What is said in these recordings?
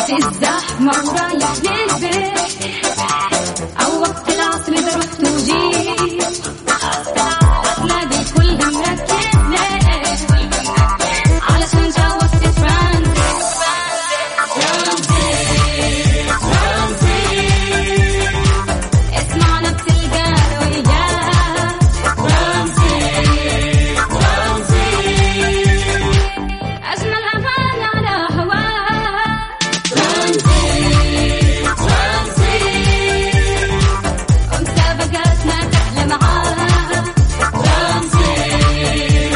وقت الزحمة ورايح للبيت أو وقت العصر إذا رحت وجيت هتلاقي كل مركز علشان جوزت ترانزيت اسمعنا بتلقى وياه ترانزيت أجمل أمان على هواه ترانزيت ومسابقاتنا تحلى معاه ترانزيت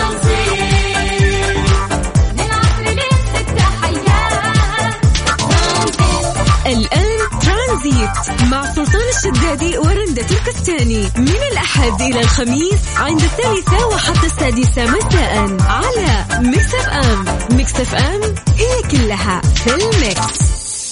للعصر للستة حياه الآن ترانزيت مع سلطان الشدادي ورندة تركستاني من الأحد إلى الخميس عند 3 وحتى 6 مساء على ميكس اف ام. ميكس اف ام هي كلها في الميكس.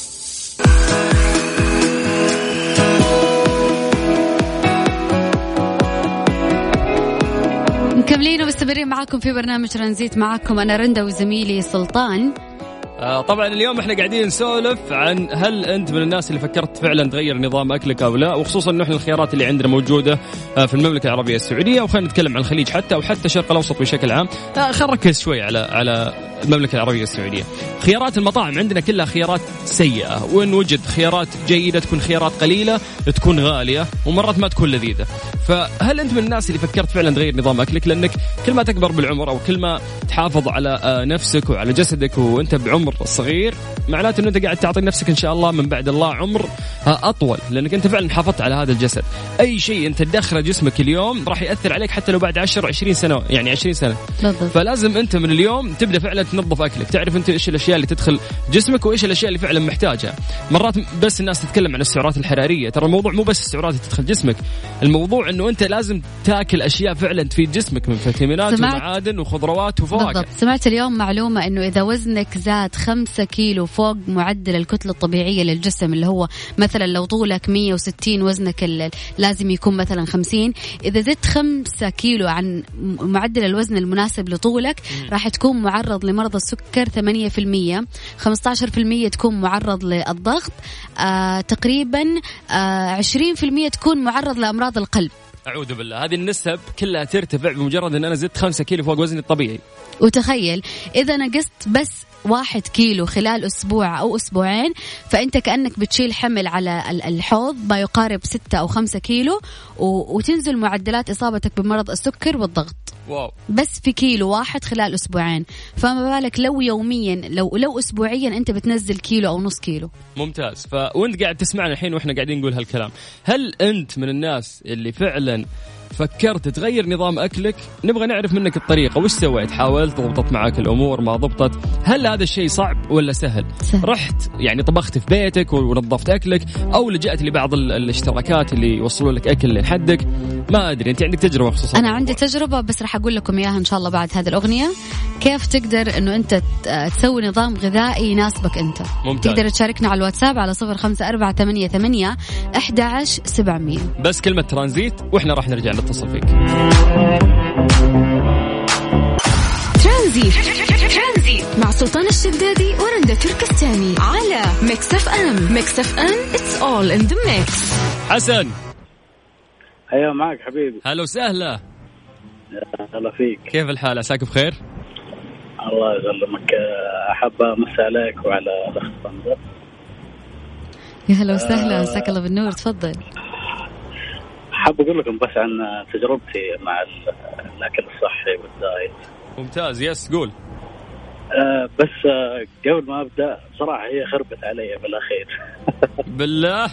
مكملين ومستمرين معاكم في برنامج ترانزيت. معاكم أنا رندة وزميلي سلطان. طبعا اليوم احنا قاعدين نسولف عن هل انت من الناس اللي فكرت فعلا تغير نظام اكلك او لا، وخصوصا انه احنا الخيارات اللي عندنا موجوده في المملكه العربيه السعوديه، وخلينا نتكلم عن الخليج حتى وحتى الشرق الاوسط بشكل عام. خلينا نركز شوي على المملكه العربيه السعوديه. خيارات المطاعم عندنا كلها خيارات سيئه، وان وجد خيارات جيده تكون خيارات قليله، تكون غاليه، ومرات ما تكون لذيذه. فهل انت من الناس اللي فكرت فعلا تغير نظام اكلك؟ لانك كل ما تكبر بالعمر او كل ما تحافظ على نفسك وعلى جسدك وانت بعمر صغير، معناته انه انت قاعد تعطي نفسك ان شاء الله من بعد الله عمر اطول، لانك انت فعلا حافظت على هذا الجسد. اي شيء انت تدخله جسمك اليوم راح ياثر عليك حتى لو بعد 10 20 سنه، يعني 20 سنه. فلازم انت من اليوم تبدا فعلا تنظف اكلك، تعرف انت ايش الاشياء اللي تدخل جسمك وايش الاشياء اللي فعلا محتاجها. مرات بس الناس تتكلم عن السعرات الحراريه، ترى الموضوع مو بس السعرات اللي تدخل جسمك، الموضوع انه انت لازم تاكل اشياء فعلا تفيد جسمك من فيتامينات ومعادن وخضروات وفواكه. بالضبط. سمعت اليوم معلومه انه اذا وزنك زاد 5 كيلو فوق معدل الكتله الطبيعيه للجسم، اللي هو مثلا لو طولك 160 وزنك لازم يكون مثلا 50، اذا زدت 5 كيلو عن معدل الوزن المناسب لطولك راح تكون معرض لمرض السكر 8%، 15% تكون معرض للضغط، تقريبا 20% تكون معرض لأمراض القلب. أعوذ بالله، هذه النسب كلها ترتفع بمجرد أن أنا زدت 5 كيلو فوق وزني الطبيعي. وتخيل إذا نقصت بس 1 كيلو خلال أسبوع أو أسبوعين، فأنت كأنك بتشيل حمل على الحوض ما يقارب 6 أو 5 كيلو، وتنزل معدلات إصابتك بمرض السكر والضغط. واو. بس في كيلو واحد خلال أسبوعين، فما بالك لو يوميا لو أسبوعيا أنت بتنزل كيلو أو نص كيلو. ممتاز. وانت قاعد تسمعنا الحين وإحنا قاعدين نقول هالكلام، هل أنت من الناس اللي فعلا فكرت تغير نظام أكلك؟ نبغى نعرف منك الطريقة، وش سويت؟ حاولت؟ ضبطت معاك الأمور؟ ما ضبطت؟ هل هذا الشيء صعب ولا سهل؟ رحت يعني طبخت في بيتك ونظفت أكلك، أو لجأت لبعض الاشتراكات اللي يوصلوا لك أكل لحدك؟ ما أدري، أنت عندك تجربة خصوصا؟ أنا عندي تجربة، بس راح أقول لكم إياها إن شاء الله بعد هذه الأغنية، كيف تقدر إنه أنت تسوي نظام غذائي يناسبك أنت. ممتاز. تقدر تشاركنا على الواتساب على 0548811700. بس كلمة ترانزيت وإحنا راح نرجع نتصل فيك. ترانزيت مع سلطان الشدادي ورندة تركستاني على ميكس اف ام. ميكس اف ام it's all in the mix. حسن. ايوه معك حبيبي. هلا وسهلا. هلا فيك. كيف الحال؟ عساك بخير؟ الله يسلمك. أحب أمسي عليك وعلى الأخ صندوق. يا هلا وسهلا، مساك الله بالنور، تفضل. حاب أقول لكم بس عن تجربتي مع الأكل الصحي والدايت. ممتاز. يس قول. بس قبل ما أبدأ صراحة هي خربت علي بالأخير. بالله.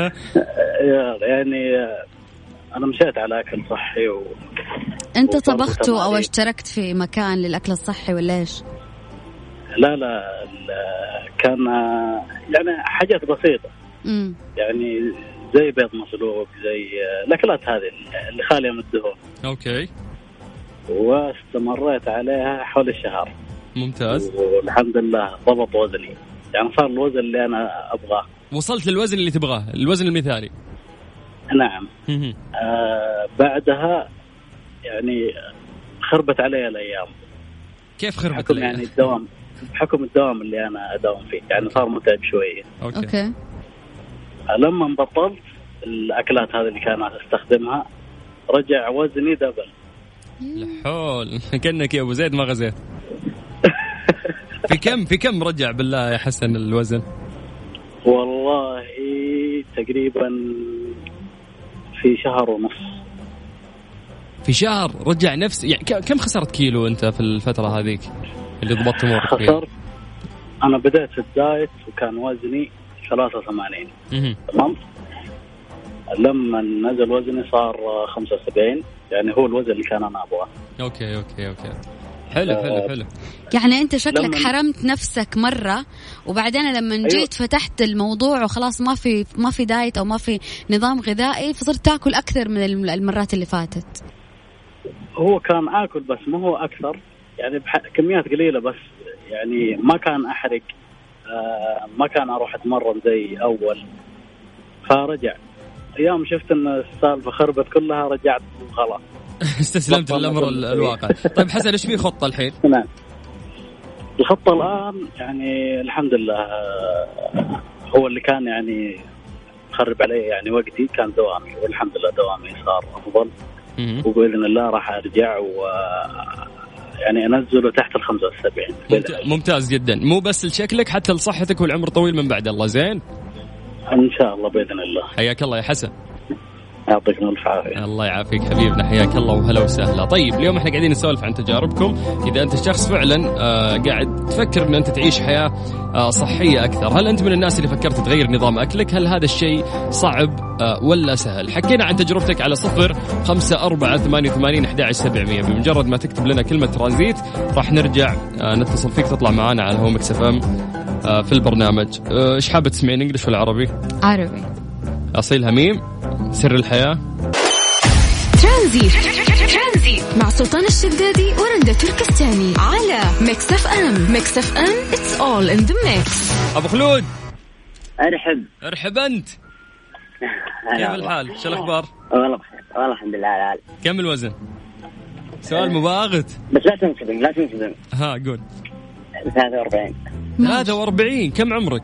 يعني أنا مشيت على أكل صحي أنت طبخته أو اشتركت في مكان للأكل الصحي ولا إيش؟ لا كان يعني حاجات بسيطة. يعني زي بيض مسلوق، زي الأكلات هذه اللي خالية من الدهون. أوكي. واستمريت عليها حول الشهر. ممتاز. والحمد لله ضبط وزني، يعني صار الوزن اللي أنا أبغاه. وصلت للوزن اللي تبغاه، الوزن المثالي. نعم. بعدها يعني خربت علي الأيام. كيف خربت علي؟ يعني الدوام بحكم الدوام اللي أنا أداوم فيه، يعني صار متعب شوية. أوكي. لما بطلت الأكلات هذه اللي كانت أستخدمها رجع وزني دبل. الحول كأنك يا أبو زيد ما غزيت. في كم رجع بالله يا حسن الوزن؟ والله تقريبا في شهر ونص. في شهر رجع نفس يعني كم خسرت كيلو أنت في الفترة هذيك اللي ضبطت أمورك فيها؟ خسرت، أنا بدأت في الدايت وكان وزني 83 تمام. لما نزل وزني صار 75، يعني هو الوزن اللي كان أنا أبغاه. أوكي حلو. يعني أنت شكلك حرمت نفسك مرة، وبعدين لما جيت فتحت الموضوع وخلاص ما في دايت أو ما في نظام غذائي، فصرت تأكل أكثر من المرات اللي فاتت. هو كان آكل بس ما هو أكثر، يعني كميات قليلة بس، يعني ما كان أحرق، ما كان أروح أتمرن زي أول. فرجع أيام شفت إن السالفة خربت كلها، رجعت وخلاص. استسلمت للأمر الواقع. طيب حسن إيش في خطة الحين؟ نعم، الخطة الآن يعني الحمد لله هو اللي كان يعني خرب علي يعني وقتي كان دوامي، والحمد لله دوامي صار أفضل، وبإذن الله راح أرجع يعني أنزله تحت 75. ممتاز جدا، مو بس لشكلك حتى لصحتك والعمر طويل من بعد الله. زين إن شاء الله بإذن الله. حياك الله يا حسن. يعطيك الف عافية. الله يعافيك حبيبنا، حياك الله وهلا وسهلا. طيب اليوم احنا قاعدين نسولف عن تجاربكم. إذا أنت شخص فعلا قاعد تفكر أن أنت تعيش حياة صحية أكثر، هل أنت من الناس اللي فكرت تغير نظام أكلك؟ هل هذا الشيء صعب ولا سهل؟ حكينا عن تجربتك على 0548811700. بمجرد ما تكتب لنا كلمة ترانزيت راح نرجع نتصل فيك، تطلع معنا على هو ميكس اف ام في البرنامج. ايش حابة تسمعين، انجلش ولا عربي؟ عربي. أصيلها ميم سر الحياة. ترانزيت مع سلطان الشدادي ورندا تركستاني على ميكس اف ام. ميكس اف ام it's all in the mix. أبو خلود أرحب أنت. كيف الحال؟ شو الأخبار؟ والله بخير، والله الحمد لله على الحال. كم الوزن؟ سؤال مباغت بس لا تنسبن. ها قول. 43. كم عمرك؟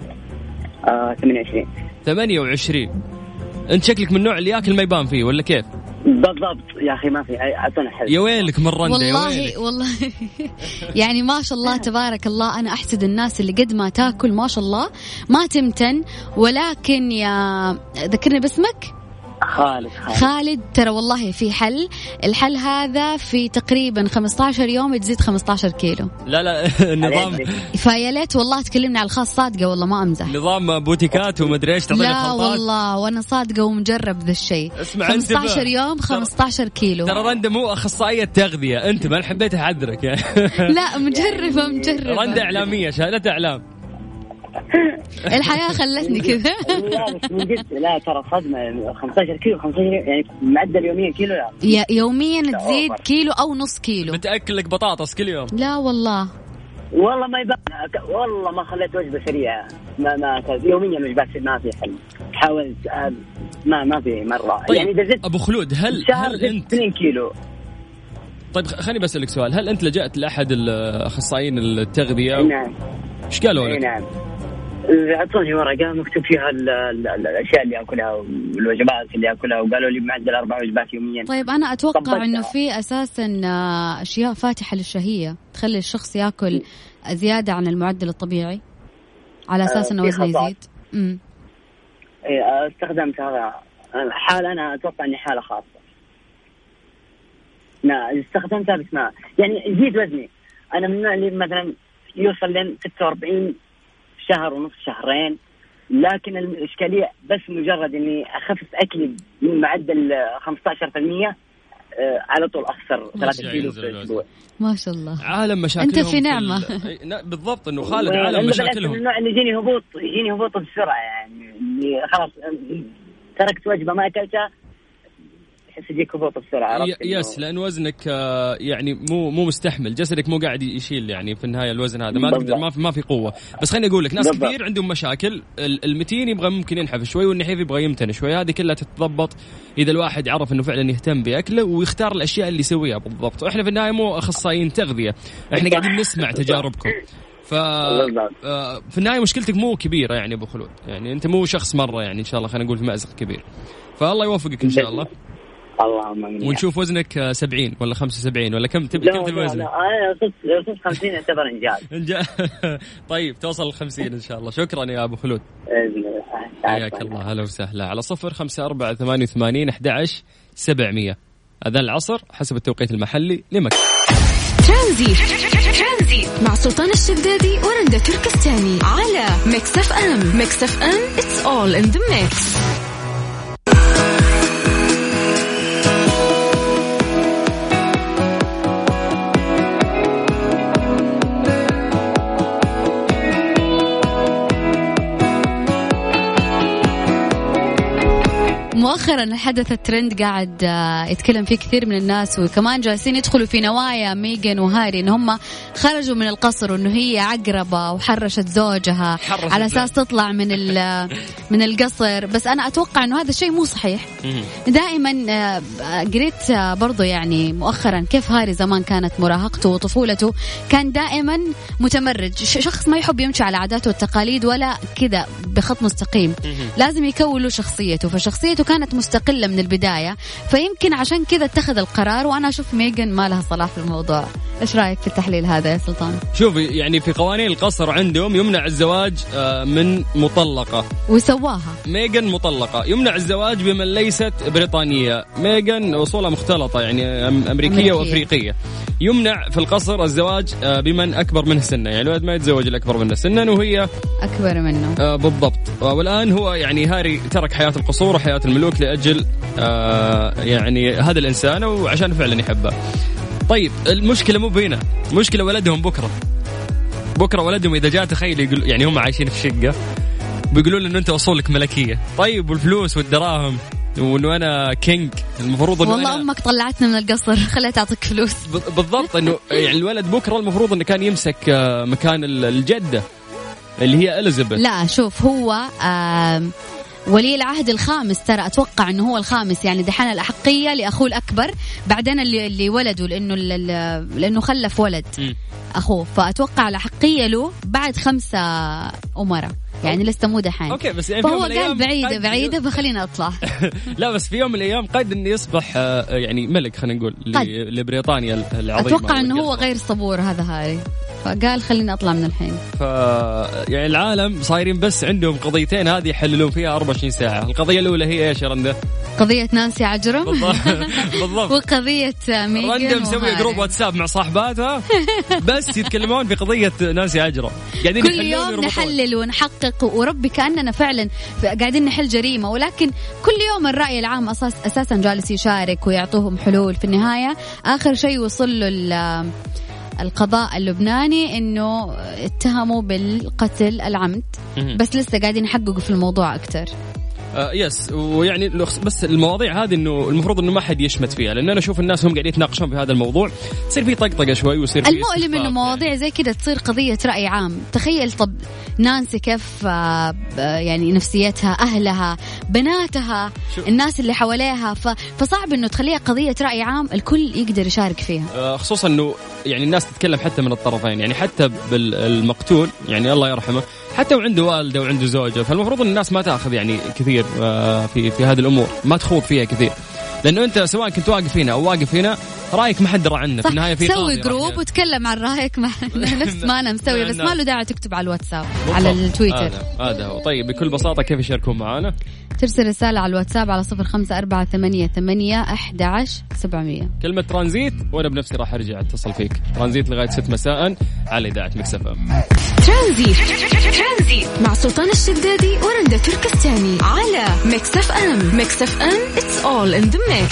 28. أنت شكلك من النوع اللي يأكل ما يبان فيه ولا كيف؟ بالضبط يا أخي، ما في أعطونا حل. يا ويلك من رندا، والله يعني ما شاء الله تبارك الله. أنا أحسد الناس اللي قد ما تاكل ما شاء الله ما تمتن. ولكن يا ذكرني باسمك. خالد ترى والله في حل. الحل هذا في تقريبا 15 يوم تزيد 15 كيلو. لا نظام فيا ليت والله تكلمنا على الخاص، صادقة والله ما أمزح. نظام بوتيكات ومدري ايش تعطيني خلطات. لا والله وانا صادقة ومجرب ذا الشيء. 15 يوم 15 كيلو. ترى رندا مو أخصائية تغذية، أنت ما حبيت أحذرك. لا مجربة. رندا إعلامية، شهادة إعلام. الحياة خلتني كذا. لا ترى صدمة. 15 كيلو 15 يعني معدل يوميا كيلو. يوميا تزيد كيلو أو نص كيلو. بتأكل لك بطاطس كل يوم؟ لا والله ما يبان. والله ما خليت وجبة سريعة. ما يوميا وجبات ما في حل. حاولت ما في مرة. طيب يعني إذا زدت أبو خلود هل أنت 2 كيلو. طيب خليني بسألك سؤال، هل أنت لجأت لأحد الأخصائيين التغذية؟ نعم. إيش قالوا لك؟ نعم، عطوني ورقة مكتوب فيها الأشياء اللي أكلها والوجبات اللي أكلها، وقالوا لي معدل 4 وجبات يوميا. طيب أنا أتوقع إنه في أساسا أشياء فاتحة للشهية تخلي الشخص يأكل زيادة عن المعدل الطبيعي على أساس إنه وزنه يزيد. استخدمت هذا حالة، أنا أتوقع إني حالة خاصة. استخدمتها بس ما يعني يزيد وزني. أنا من النوع اللي مثلا يوصل لين 46 شهر ونص شهرين، لكن الإشكالية بس مجرد إني أخفف أكلي من معدل 15% على طول أخسر 3 كيلو في الأسبوع. ما شاء الله، عالم مشاكلهم. أنت في نعمة. بالضبط، إنه خالد عالم مشاكلهم. من النوع اللي يجيني هبوط بسرعة، يعني خلاص تركت وجبة ما أكلتها يجيك هبوط بسرعة. يس، لأن وزنك يعني مو مستحمل، جسدك مو قاعد يشيل يعني في النهاية الوزن هذا ما تقدر، ما في قوة. بس خليني أقول لك ناس كثير عندهم مشاكل، المتين يبغى ممكن ينحف شوي والنحيف يبغى يمتن شوي. هذه كلها تتضبط إذا الواحد عرف إنه فعلا يهتم بأكله ويختار الأشياء اللي يسويها بالضبط. وإحنا في النهاية مو أخصائيين تغذية، إحنا قاعدين نسمع تجاربكم. في النهاية مشكلتك مو كبيرة يعني أبو خلود، يعني أنت مو شخص مرة يعني إن شاء الله خلينا نقول في مأزق كبير، فالله يوفقك إن شاء الله. اللهم امين. ونشوف وزنك 70 ولا 75 ولا كم تبي وزنك؟ لا انا وصلت 50 يعتبر انجاز. طيب توصل 50 ان شاء الله. شكرا يا ابو خلود. حياك الله. هلا وسهلا. على 0548811700 اذان العصر حسب التوقيت المحلي لمكة. ترانزيت مع سلطان الشدادي ورندا تركستاني على ميكس اف ام. ميكس اف ام it's all in the mix. مؤخرا الحدث الترند قاعد يتكلم فيه كثير من الناس، وكمان جالسين يدخلوا في نوايا ميغان وهاري ان هم خرجوا من القصر وانه هي عقربة وحرشت زوجها على اساس تطلع من القصر. بس انا اتوقع انه هذا الشيء مو صحيح. دائما قريت برضو يعني مؤخرا كيف هاري زمان كانت مراهقته وطفولته، كان دائما متمرد، شخص ما يحب يمشي على عاداته والتقاليد ولا كذا بخط مستقيم، لازم يكون له شخصيته، فشخصيته كانت مستقلة من البداية، فيمكن عشان كذا اتخذ القرار. وأنا أشوف ميغان ما لها صلاح في الموضوع. إيش رأيك في التحليل هذا يا سلطان؟ شوفي يعني في قوانين القصر عندهم يمنع الزواج من مطلقة، وسواها ميغان مطلقة. يمنع الزواج بمن ليست بريطانية. ميغان أصولها مختلطة يعني أمريكية وأفريقية. يمنع في القصر الزواج بمن أكبر منه سنا، يعني الولد ما يتزوج الأكبر منه سنا وهي أكبر منه بالضبط. والآن هو يعني هاري ترك حياة القصور وحياة الملوك لأجل يعني هذا الإنسان وعشان فعلا يحبه. طيب المشكلة مو بينا، مشكلة ولدهم بكرة ولدهم إذا جاء تخيل يقول يعني هم عايشين في شقة بيقولوا لنا إنه أنت أصولك ملكية. طيب والفلوس والدراهم وإنه أنا كينج، المفروض إنه والله أمك طلعتنا من القصر خليها تعطيك فلوس. بالضبط. إنه يعني الولد بكرة المفروض إنه كان يمسك مكان الجدة اللي هي إليزابيث. لا شوف هو ولي العهد الخامس، ترى أتوقع أنه هو الخامس، يعني دحين الأحقية لأخوه الأكبر، بعدين اللي ولده لأنه خلف ولد أخوه، فأتوقع الأحقية له بعد 5 أمراء، يعني لسه مو دحين. أوكي بس يعني فهو قال بعيدة فخلينا أطلع. لا بس في يوم من الأيام قد إنه يصبح يعني ملك، خلينا نقول لبريطانيا العظيمة. أتوقع أنه هو غير صبور هذا هاري، فقال خلينا أطلع من الحين. يعني العالم صايرين بس عندهم قضيتين هذه يحللون فيها 24 ساعة. القضية الأولى هي إيش يا رندة؟ قضية نانسي عجرم. بالضبط. وقضية ميغان. رندة مسوية جروب واتساب مع صاحباتها بس يتكلمون في قضية نانسي عجرم. كل يوم نحلل ونحقق وربي كأننا فعلا قاعدين نحل جريمة، ولكن كل يوم الرأي العام أساسا جالس يشارك ويعطوهم حلول. في النهاية آخر شيء وصل له القضاء اللبناني إنه اتهموا بالقتل العمد، بس لسه قاعدين يحققوا في الموضوع أكتر. يس. ويعني بس المواضيع هذه انه المفروض انه ما حد يشمت فيها، لان انا اشوف الناس هم قاعدين يتناقشون في هذا الموضوع، تصير في طقطقه شوي ويصير في المؤلم انه مواضيع زي كذا تصير قضيه راي عام. تخيل طب نانسي كيف يعني نفسيتها، اهلها، بناتها، الناس اللي حواليها، فصعب انه تخليها قضيه راي عام الكل يقدر يشارك فيها، خصوصا انه يعني الناس تتكلم حتى من الطرفين، يعني حتى بالمقتول يعني الله يرحمه حتى وعنده والده وعنده زوجه، فالمفروض ان الناس ما تاخذ يعني كثير في هذه الامور، ما تخوض فيها كثير، لانه انت سواء كنت واقف هنا او واقف هنا رايك ما حد درى عنه. في النهايه في سوي جروب وتكلم عن رايك مع نفس ما انا مسوي، بس ما له داعي تكتب على الواتساب على التويتر. هذا هو. طيب بكل بساطه كيف يشاركون معنا؟ ترسل رساله على الواتساب على 0548811700 كلمه ترانزيت، وانا بنفسي راح ارجع اتصل فيك. ترانزيت لغايه 6 مساء على اذاعه ميكس اف ام. ترانزيت مع سلطان الشدادي ورندا تركستاني على ميكس اف ام. ميكس اف ام it's all in the mix.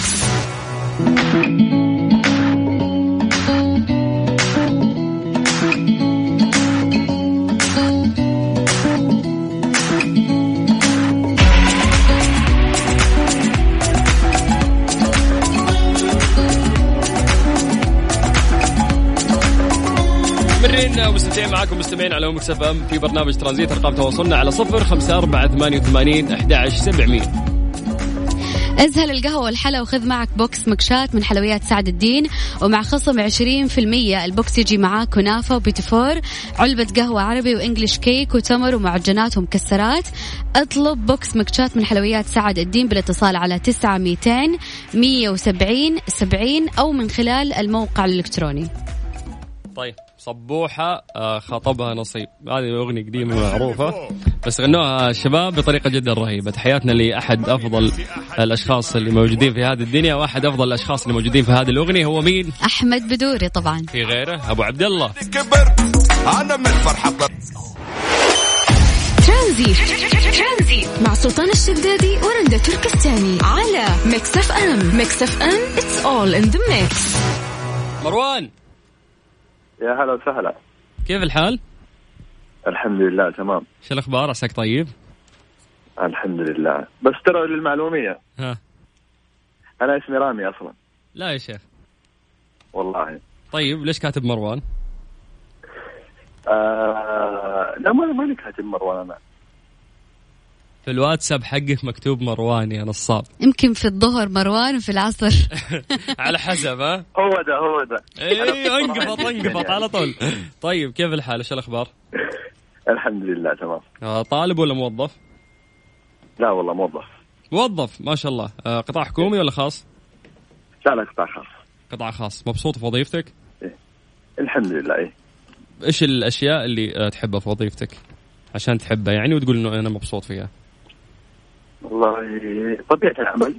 ومستمعين معكم مستمعين على ميكس اف ام في برنامج ترانزيت. ارقام تواصلنا على 0548811700. ازهل القهوة والحلا وخذ معك بوكس مكشات من حلويات سعد الدين، ومع خصم 20% البوكس يجي معاه كنافة وبيتفور، علبة قهوة عربي وإنجليش كيك وتمر ومعجنات ومكسرات. اطلب بوكس مكشات من حلويات سعد الدين بالاتصال على 900-170-70 أو من خلال الموقع الإلكتروني. طيب صبوحة خطبها نصيب، هذه أغنية قديمة معروفة بس غنوها الشباب بطريقة جدا رهيبة. تحياتنا لأحد أفضل الأشخاص اللي موجودين في هذه الدنيا، وأحد أفضل الأشخاص اللي موجودين في هذه الأغنية هو مين؟ أحمد بدوري طبعا، في غيره أبو عبد الله. أنا من فرحة ترانزيت مع سلطان الشدادي ورندا تركستاني على ميكس اف ام. ميكس اف ام it's all in the mix. مروان يا هلا وسهلا، كيف الحال؟ الحمد لله تمام. شو الأخبار؟ عساك طيب؟ الحمد لله. بس ترى للمعلومية ها، أنا اسمي رامي أصلا. لا يا شيخ والله. طيب ليش كاتب مروان؟ لا ما كاتب مروان. أنا في الواتساب حقك مكتوب مروان يا نصاب. يمكن في الظهر مروان وفي العصر على حسب. ها هو ده ايه انقبط على طول. طيب كيف الحال؟ شو الأخبار؟ الحمد لله تمام. طالب ولا موظف؟ لا والله موظف. ما شاء الله. قطاع حكومي ولا خاص؟ لا قطاع خاص. قطاع خاص. مبسوط في وظيفتك؟ إيه. الحمد لله. إيه. إيش الأشياء اللي تحبها في وظيفتك عشان تحبها يعني وتقول إنه أنا مبسوط فيها؟ والله طبيعة العمل،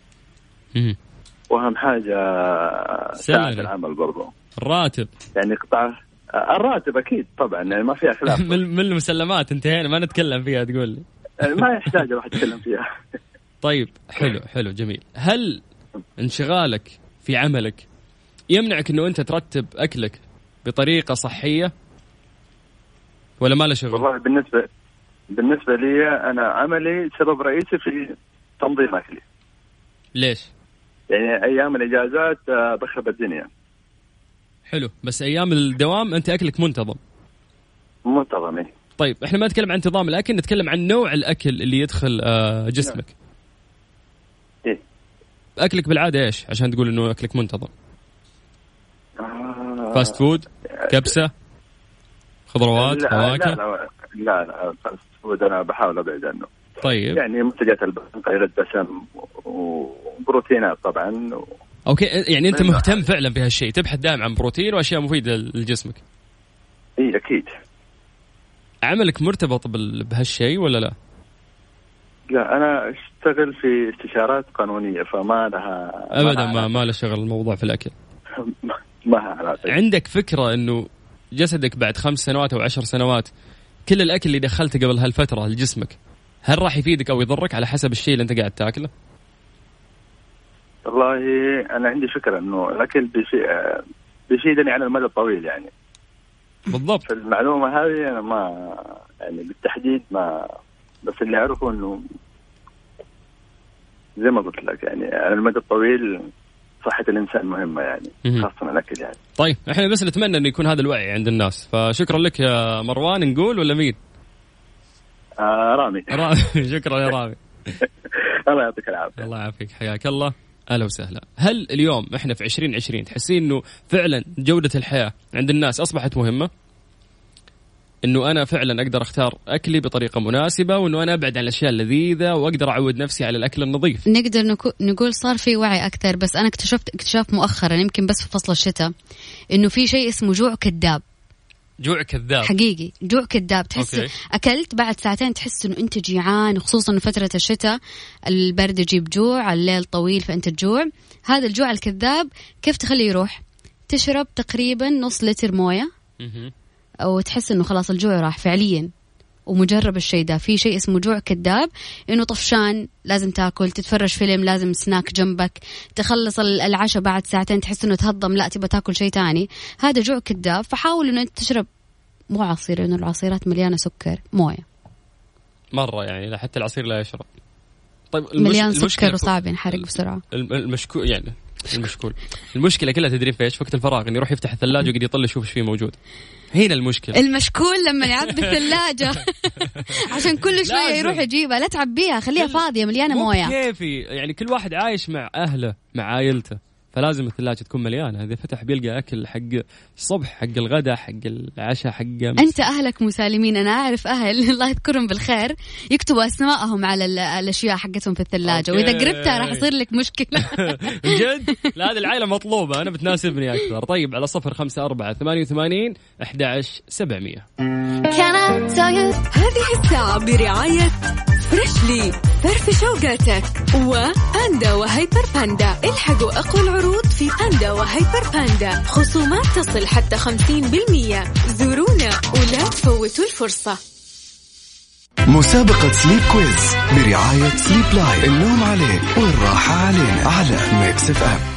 وأهم حاجة ساعة العمل برضو. الراتب يعني قطاع الراتب أكيد طبعا، يعني ما فيها خلاف. من المسلمات انتهينا ما نتكلم فيها تقول لي. ما يحتاج واحد يتكلم فيها. طيب حلو جميل. هل انشغالك في عملك يمنعك إنه أنت ترتب أكلك بطريقة صحية ولا ما له شغل؟ والله بالنسبة لي أنا عملي سبب رئيسي في تنظيم أكلي. ليش؟ يعني أيام الإجازات بخرب الدنيا. حلو، بس أيام الدوام أنت أكلك منتظم. منتظم. طيب إحنا ما نتكلم عن انتظام الأكل، نتكلم عن نوع الأكل اللي يدخل جسمك. إيه؟ أكلك بالعادة إيش عشان تقول إنه أكلك منتظم؟ فاست فود، كبسة، خضروات، فواكه؟ لا فاست فود أنا بحاول أبعد عنه. طيب يعني منتجات البن، قليل الدسم وبروتينات طبعا. أوكي، يعني أنت مهتم فعلا بهالشيء، تبحث دائما عن بروتين وأشياء مفيدة لجسمك. إيه أكيد. عملك مرتبط بهالشيء ولا لا؟ لا أنا أشتغل في استشارات قانونية، فما لها أبدا ما له شغل الموضوع في الأكل. ما علاقة. عندك فكرة إنه جسدك بعد 5 سنوات أو 10 سنوات كل الأكل اللي دخلته قبل هالفترة لجسمك هل راح يفيدك أو يضرك على حسب الشيء اللي أنت قاعد تأكله؟ والله أنا عندي فكرة إنه الأكل بيفيدني على المدى الطويل يعني. بالضبط. المعلومة هذه أنا ما يعني بالتحديد ما، بس اللي أعرفه إنه زي ما قلت لك يعني على المدى الطويل صحة الإنسان مهمة يعني، خاصة الأكل يعني. طيب إحنا بس نتمنى إنه يكون هذا الوعي عند الناس، فشكرا لك يا مروان. نقول ولا مين؟ رامي. شكرا يا رامي. الله يعطيك العافية. الله يعافيك، حياك الله. أهلا وسهلا. هل اليوم إحنا في 2020 تحسين إنه فعلا جودة الحياة عند الناس أصبحت مهمة؟ إنه أنا فعلا أقدر أختار أكلي بطريقة مناسبة، وإنه أنا أبعد عن الأشياء اللذيذة وأقدر أعود نفسي على الأكل النظيف. نقدر نقول صار في وعي أكثر، بس أنا اكتشاف مؤخرا يمكن بس في فصل الشتاء إنه في شيء اسمه جوع كذاب. جوع كذاب حقيقي، جوع كذاب. تحس أكلت بعد ساعتين تحس إنه أنت جيعان، خصوصا فترة الشتاء البرد يجيب جوع، الليل طويل فأنت تجوع. هذا الجوع الكذاب كيف تخليه يروح؟ تشرب تقريبا نص لتر موية أو تحس إنه خلاص الجوع راح فعليا. ومجرب الشيء ده، في شيء اسمه جوع كذاب، إنه طفشان لازم تاكل، تتفرج فيلم لازم سناك جنبك، تخلص العشاء بعد ساعتين تحس إنه تهضم، لا تبى تاكل شيء تاني. هذا جوع كذاب. فحاول إنه أنت تشرب مو عصير، إنه العصيرات مليانة سكر، موية مرة يعني حتى العصير لا يشرب. طيب مليان سكر وصعب ينحرق بسرعة. المشكو يعني المشكلة كلها تدري في ايش؟ وقت الفراغ انه يروح يفتح الثلاجة ويقعد يطلع يشوف ايش فيه موجود. هنا المشكلة. المشكول لما يعبي الثلاجة عشان كل شوية يروح يجيبها. لا تعبيها، خليها فاضية مليانة موية. كيفي يعني كل واحد عايش مع أهله مع عائلته، فلازم الثلاجة تكون مليانة. إذا فتح بيلقى أكل حق الصبح، حق الغداء، حق العشاء، حق أنت أهلك مسالمين. أنا أعرف أهل الله يذكرهم بالخير يكتبوا أسماءهم على الأشياء حقتهم في الثلاجة، وإذا قربتها راح يصير لك مشكلة. جد؟ لا هذه العائلة مطلوبة، أنا بتناسبني أكثر. طيب على 0548811700. هذه الساعة برعاية فريشلي فرف شوقاتك وباندا وهيبر باندا. الحقوا أقوى العروض في باندا وهيبر باندا، خصومات تصل حتى 50%. زورونا ولا تفوتوا الفرصة. مسابقة سليب كويز برعاية سليب لاين، النوم عليك والراحة علينا، على ميكس اف ام.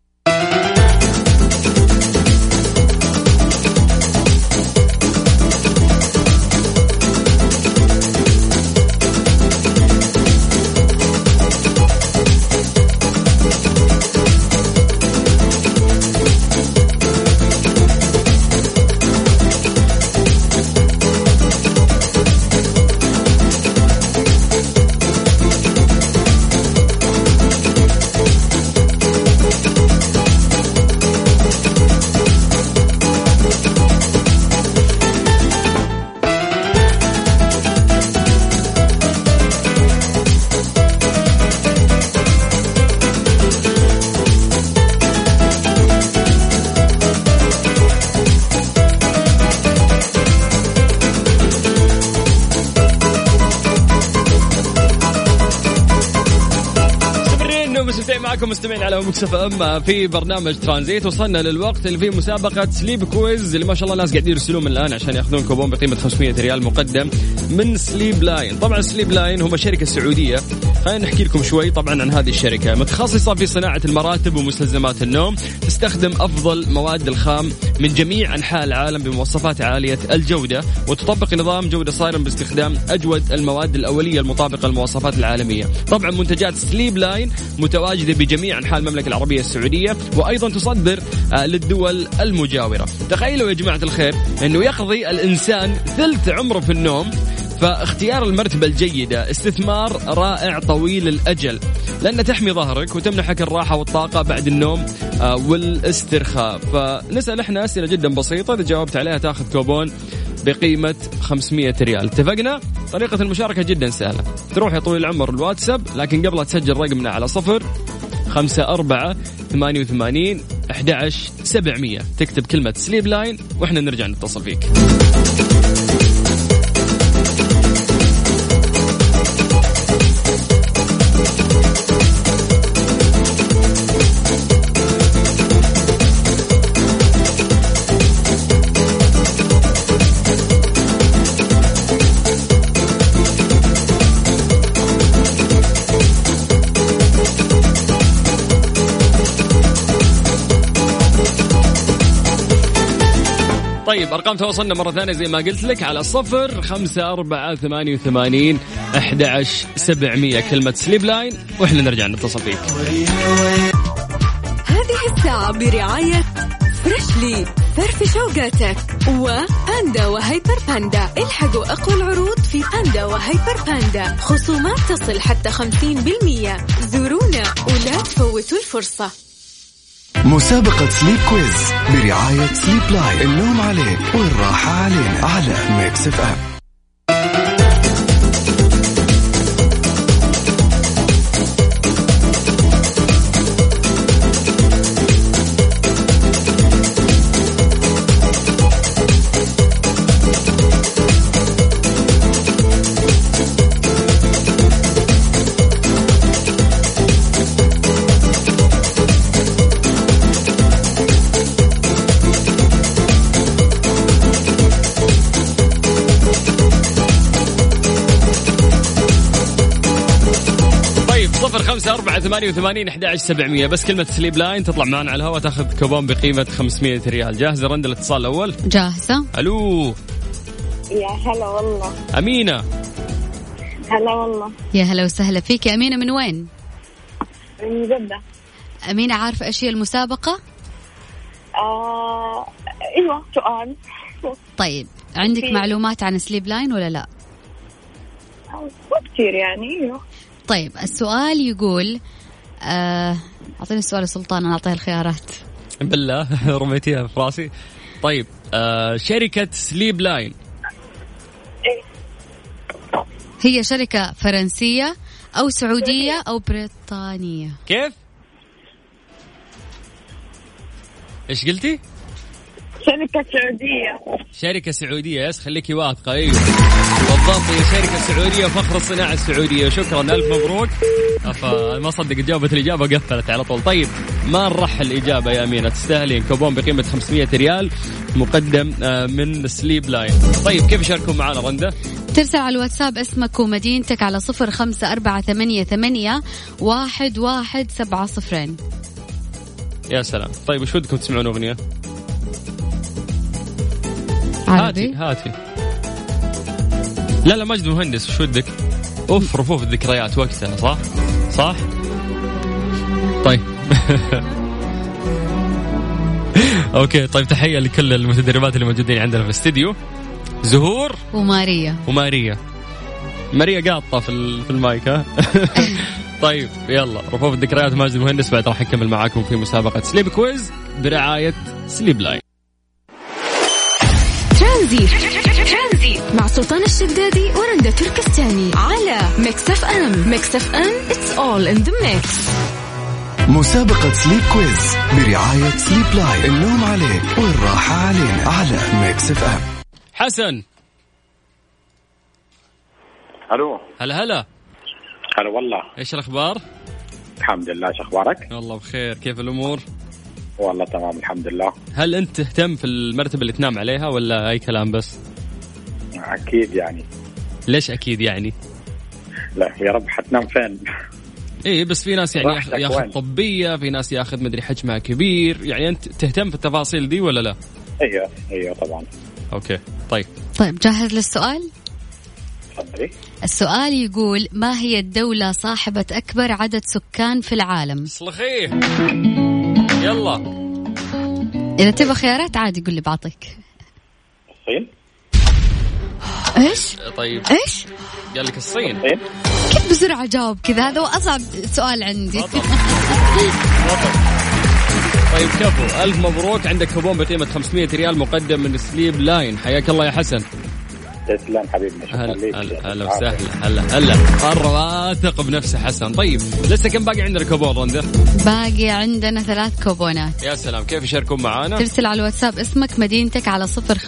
مستمعين على ميكس اف ام في برنامج ترانزيت. وصلنا للوقت اللي فيه مسابقة سليب كويز اللي ما شاء الله الناس قاعدين يرسلون من الآن عشان ياخذون كوبون بقيمة 500 ريال مقدم من سليب لاين. طبعا سليب لاين هم شركة سعودية. خلينا نحكي لكم شوي طبعا عن هذه الشركة. متخصصة في صناعة المراتب ومستلزمات النوم، تستخدم أفضل مواد الخام من جميع أنحاء العالم بمواصفات عالية الجودة، وتطبق نظام جودة صارم باستخدام أجود المواد الأولية المطابقة للمواصفات العالمية. طبعا منتجات سليب لاين متواجدة بجميع أنحاء المملكة العربية السعودية، وأيضا تصدر للدول المجاورة. تخيلوا يا جماعة الخير أنه يقضي الإنسان ثلث عمره في النوم، فاختيار المرتبة الجيدة استثمار رائع طويل الأجل، لأنها تحمي ظهرك وتمنحك الراحة والطاقة بعد النوم والاسترخاء. فنسأل احنا أسئلة جدا بسيطة، إذا جاوبت عليها تاخذ كوبون بقيمة 500 ريال. اتفقنا؟ طريقة المشاركة جدا سهلة، تروح يا طويل العمر الواتساب، لكن قبل تسجل رقمنا على 0548811700، تكتب كلمة سليب لاين وإحنا نرجع نتصل فيك. طيب أرقام تواصلنا مرة ثانية زي ما قلت لك على 0548811700 كلمة سليب لاين وإحنا نرجع نتصل فيك. هذه الساعة برعاية فريشلي فرف شوقاتك وباندا وهيبر باندا. الحقوا أقوى العروض في باندا وهيبر باندا، خصومات تصل حتى 50%. زورونا ولا تفوتوا الفرصة. مسابقة سليب كويز برعاية سليب لاين، النوم عليك والراحة علينا، على ميكس اف ام. صفر 548811700 بس كلمة سليب لاين تطلع معنا على الهواء تاخذ كوبون بقيمة 500 ريال. جاهزة رند الاتصال الأول؟ جاهزة. ألو يا هلا والله. أمينة. هلا والله. يا هلا وسهلا فيك يا أمينة. من وين؟ من جدة. أمينة عارفة إيش هي المسابقة؟ ايوه سؤال. طيب عندك معلومات عن سليب لاين ولا لا؟ مو كثير يعني. ايوه طيب السؤال يقول أعطيني السؤال يا سلطان، أنا أعطيها الخيارات. بالله رميتيها في راسي. طيب شركة سليب لاين هي شركة فرنسية أو سعودية أو بريطانية؟ كيف؟ إيش قلتي؟ شركة سعودية. شركة سعودية. يس خليكي واثقة. أيوة بالضبط، هي شركة سعودية، فخر الصناعة السعودية. شكرا ألف مبروك. ما صدق جاوبت الإجابة قفلت على طول. طيب ما نرح الإجابة يا أمينة، تستاهلين كوبون بقيمة 500 ريال مقدم من سليب لاين. طيب كيف يشاركون معنا رندا؟ ترسل على الواتساب اسمك ومدينتك على 0548811700. يا سلام. طيب وش ودكم تسمعون أغنية؟ عربي؟ هاتي. لا مجد مهندس، وش ودك؟ رفوف الذكريات وقتها. صح طيب اوكي. طيب تحية لكل المتدربات اللي موجودين عندنا في الاستديو، زهور وماريا. ماريا قاطة في المايك ها. طيب يلا، رفوف الذكريات ماجد المهندس، بعد راح نكمل معاكم في مسابقة سليب كويز برعاية سليب لاين. ترانزيت مع سلطان الشدادي ورندا تركستاني على ميكس اف ام. ميكس اف ام it's all in the mix. مسابقة سليب كويز برعاية سليب لاين، النوم عليك والراحة علينا على ميكس اف ام. حسن. الو. هلا والله. ايش الاخبار؟ الحمد لله، ايش اخبارك؟ والله بخير. كيف الامور؟ والله تمام الحمد لله. هل انت تهتم في المرتبة اللي تنام عليها ولا اي كلام بس؟ اكيد يعني. ليش اكيد يعني؟ لا يا رب حتنام فين؟ ايه بس في ناس يعني ياخذ طبية، في ناس ياخذ مدري حجمها كبير، يعني انت تهتم في التفاصيل دي ولا لا؟ ايوه طبعا. اوكي طيب جاهز للسؤال؟ تفضلي. السؤال يقول: ما هي الدولة صاحبة أكبر عدد سكان في العالم؟ صلخيه يلا. إذا تبغى خيارات عادي قل لي بعطيك. الصين. إيش؟ طيب إيش؟ قال لك الصين. كيف بسرعة جاوب كذا؟ هذا هو أصعب سؤال عندي. طيب كفو، ألف مبروك، عندك كوبون بقيمة 500 ريال مقدم من سليب لاين. حياك الله يا حسن. تسلم حبيبنا. هلا وسهلا. هلا مرة واثق بنفسه حسن. طيب لسه كم باقي عندنا كوبون رندا؟ باقي عندنا 3 كوبونات. يا سلام. كيف يشاركون معانا؟ ترسل على الواتساب اسمك مدينتك على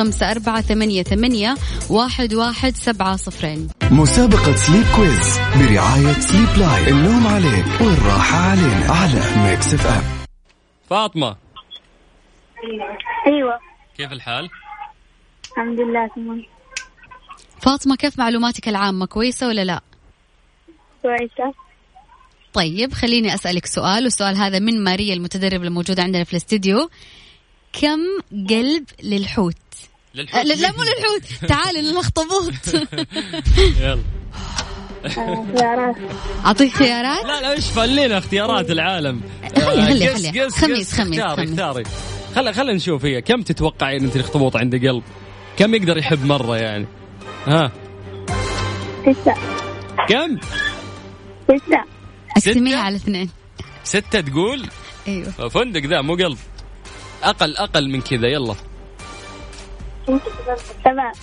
0548811700. مسابقة سليب كويز برعاية سليب لاين، النوم عليك والراحة علينا على ميكس اف ام. فاطمة. ايوه. كيف الحال؟ الحمد لله تمام. فاطمة كيف معلوماتك العامة، كويسة ولا لا؟ كويسة. طيب خليني أسألك سؤال، والسؤال هذا من ماريا المتدربة الموجودة عندنا في الاستديو. كم قلب للحوت؟ لا مو للحوت، تعال للأخطبوط. يلا خيارات. أعطيك خيارات؟ لا إيش فلينا اختيارات العالم. خلي خميس. اختاري. خلينا نشوف هي كم تتوقع أنت الأخطبوط عنده قلب؟ كم يقدر يحب مرة يعني؟ ها 6. كم؟ 6. أقسميها على 2. 6 تقول؟ أيوه. فندق ذا مو قلب. أقل من كذا. يلا 7.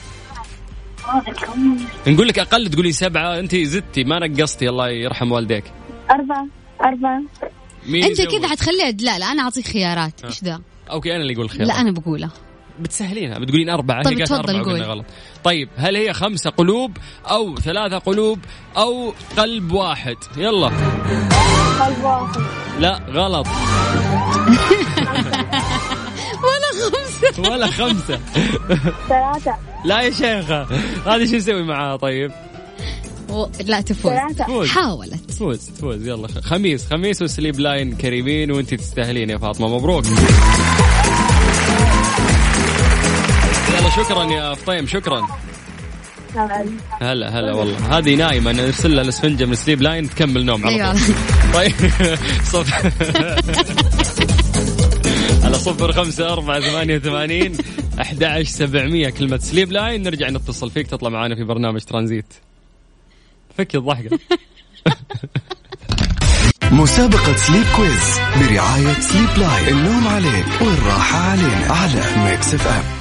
نقول لك أقل تقولي 7. أنت زدتي ما نقصتي. الله يرحم والديك. 4. أنت كذا حتخليها. لا أنا أعطيك خيارات. إيش ذا؟ أوكي أنا اللي أقول خيارات. لا أنا بقولها. بتسهلينها، بتقولين 4. طيب تفضل قول. غلط. طيب هل هي 5 قلوب أو 3 قلوب أو قلب واحد؟ يلا. قلب واحد. لا غلط. ولا 5. 3. لا يا شيخة، هذه شو نسوي معاها طيب؟ لا تفوز. حاولت تفوز. يلا خميس وسليب لاين كريمين، وانتي تستاهلين يا فاطمة. مبروك. يلا شكرا يا فطيم. شكرا. هلا والله. هذه نايمة، أنا نرسل لها الاسفنجة من سليب لاين تكمل نوم على طول. طيب على 0548811700 كلمة سليب لاين، نرجع نتصل فيك تطلع معانا في برنامج ترانزيت. فكي الضحكة. مسابقة سليب كويز برعاية سليب لاين، النوم عليك والراحة علينا على ميكس اف ام.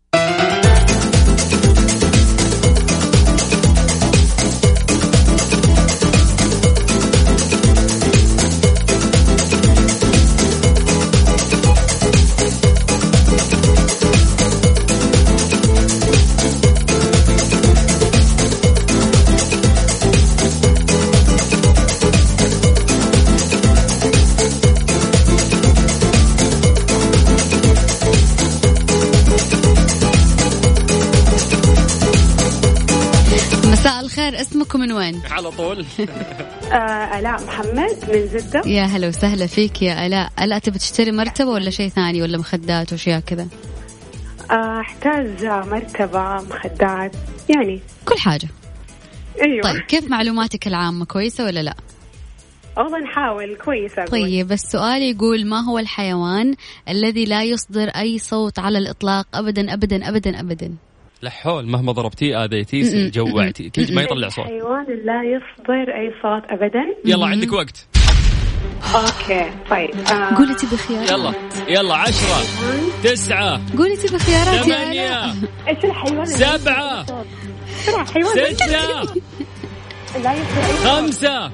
اسمكم من وين؟ على طول. آلاء محمد من جدة. يا هلا وسهلا فيك يا آلاء. آلاء تبي تشتري مرتبة ولا شيء ثاني ولا مخدات وشيء كذا؟ احتاج مرتبة، مخدات، يعني كل حاجة. ايوه. طيب كيف معلوماتك العامة، كويسة ولا لا؟ والله نحاول كويسة. طيب السؤال يقول ما هو الحيوان الذي لا يصدر أي صوت على الإطلاق أبدا أبدا أبدا أبدا؟ لا حول، مهما ضربتيه آذيتيه جوعتي ما يطلع صوت. حيوان لا يصدر أي صوت أبدا. يلا عندك وقت. أوكي طيب. قولي تبي خيارات. يلا 10 9 قولي تبي خيارات. 8 إيش الحيوان 7 6 لا يصدر أي 5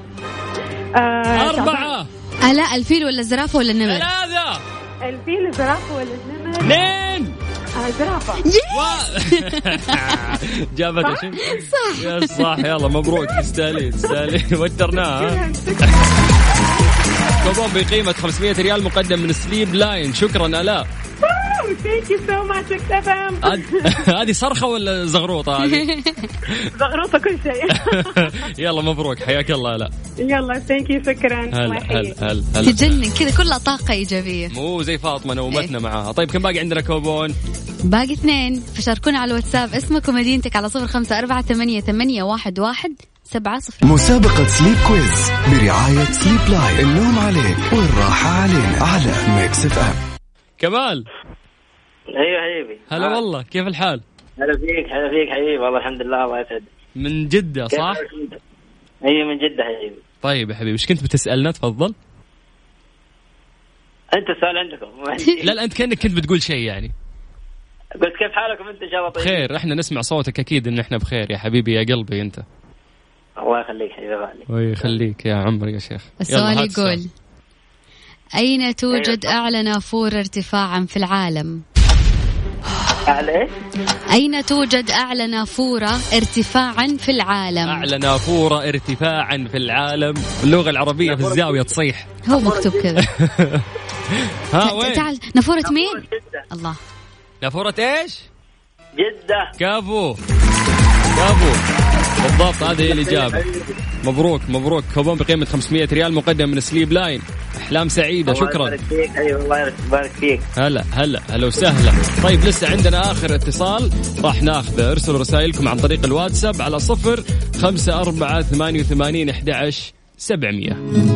4 لا الفيل ولا الزرافة ولا النمر؟ 3 الفيل، الزرافة ولا النمر؟ 2 زرافة. جابتها شيء صح. يا صح. يلا مبروك، تستاهلي وترناها. كوبون بقيمة 500 ريال مقدم من سليب لاين. شكرا آلاء. Thank you so much. هذه صرخة ولا زغروطة؟ هذه زغروطة كل شيء. يلا مبروك، حياك الله. لا يلا thank you. شكرا. هلا تجنن كذا، كلها طاقة إيجابية، مو زي فاطمة نومتنا معاها. طيب كم باقي عندنا كوبون؟ باقي 2. فشاركونا على الواتساب اسمك ومدينتك على 0548811700. مسابقة سليب كويز برعاية سليب لاين، النوم عليك والراحة علينا على ميكس اف ام. كمال. ايوه حبيبي. هلا والله، كيف الحال؟ هلا فيك حبيبي. والله الحمد لله، الله يسعدك. من جدة صح؟ ايوه من جدة حبيبي. طيب يا حبيبي، ايش كنت بتسألنا؟ تفضل. انت السؤال عندكم. لا انت كأنك كنت بتقول شيء يعني. قلت كيف حالكم انت؟ ان شاء الله طيب. بخير، احنا نسمع صوتك اكيد ان احنا بخير يا حبيبي يا قلبي انت. الله يخليك حبيبي. ويخليك يا عمري يا شيخ. السؤال يقول أين توجد أعلى نافورة ارتفاعا في العالم؟ أعلى؟ أين توجد أعلى نافورة ارتفاعا في العالم؟ أعلى نافورة ارتفاعا في العالم باللغة العربية في الزاوية تصيح. هو مكتوب كذا. ها وين؟ تعال. نافورة مين؟ الله. نافورة إيش؟ جدة. كافو بالضبط، هذه هي الإجابة. مبروك كوبون بقيمة 500 ريال مقدم من سليب لاين. أحلام سعيدة. شكرا. الله يبارك فيك. هلا وسهلا. طيب لسه عندنا آخر اتصال راح ناخذه. ارسلوا رسائلكم عن طريق الواتساب على 0548811700.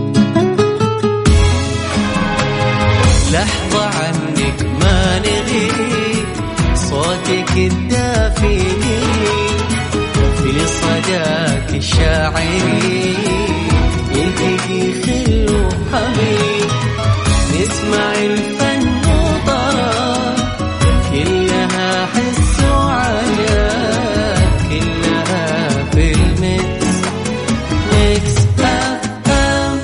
لحظة عنك ما نغيب، صوتك الدافئ في صداك الشاعري، يلتقي خل وحبيب، نسمع الفن وطرب، كلها حس وعياء، كلها في الميكس اف ام.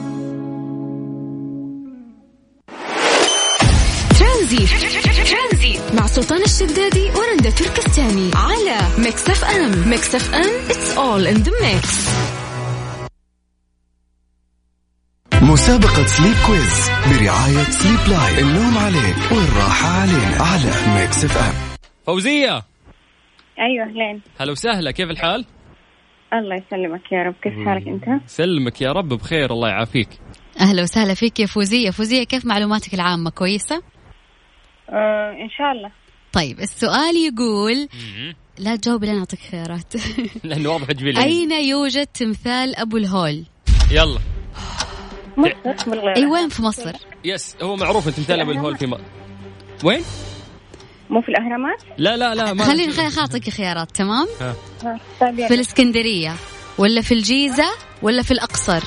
ترانزيت مع سلطان الشدادي ورندا تركستاني على ميكس اف ام. ميكس اف ام it's all in the mix. مسابقة سليب كويز برعاية سليب لاين، النوم عليك والراحة علينا على ميكس اف ام. فوزية. ايوه اهلين. هلا وسهلا، كيف الحال؟ الله يسلمك يا رب. كيف حالك انت؟ سلمك يا رب بخير، الله يعافيك. أهلا وسهلا فيك يا فوزية. كيف معلوماتك العامة، كويسة؟ إن شاء الله. طيب السؤال يقول لا تجاوبي لين أعطيك خيارات. لأنه واضح تجيبي لي. أين يوجد تمثال أبو الهول؟ يلا. مصر. أي وين في مصر؟ يس هو معروف تمثال أبو الهول في وين؟ مو في الأهرامات؟ لا ما خليني أعطيك خيارات. تمام. طيب في الإسكندرية ولا في الجيزة ولا في الأقصر؟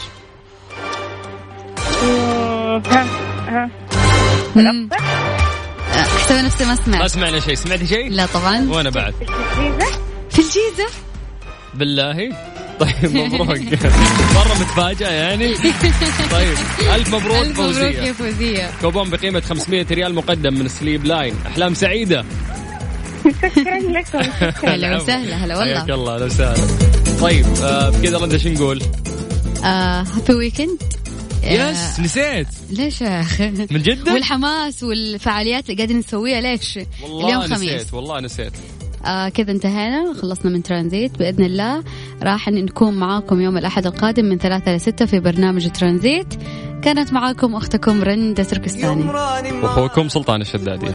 احسب نفسي ما سمعت. ما سمعنا شيء. سمعتي شيء؟ لا طبعا. وانا بعد. في الجيزة. بالله. طيب مبروك. مرة متفاجأة يعني. طيب ألف مبروك فوزية. مبروك يا فوزية. كوبون بقيمة 500 ريال مقدم من سليب لاين. أحلام سعيدة. شكرا لكم. هلا وسهلا. هلا والله. حياك الله. هلا وسهلا. طيب بكذا رندا شو نقول؟ هابي ويكند. يس نسيت. ليش يا أخي؟ من جد؟ والحماس والفعاليات اللي قاعدين نسويها ليش؟ اليوم خميس. والله نسيت. كذا انتهينا خلصنا من ترانزيت. بإذن الله راح نكون معاكم يوم الأحد القادم من 3 ل 6 في برنامج ترانزيت. كانت معاكم أختكم رندا تركستاني وأخوكم سلطان الشدادي.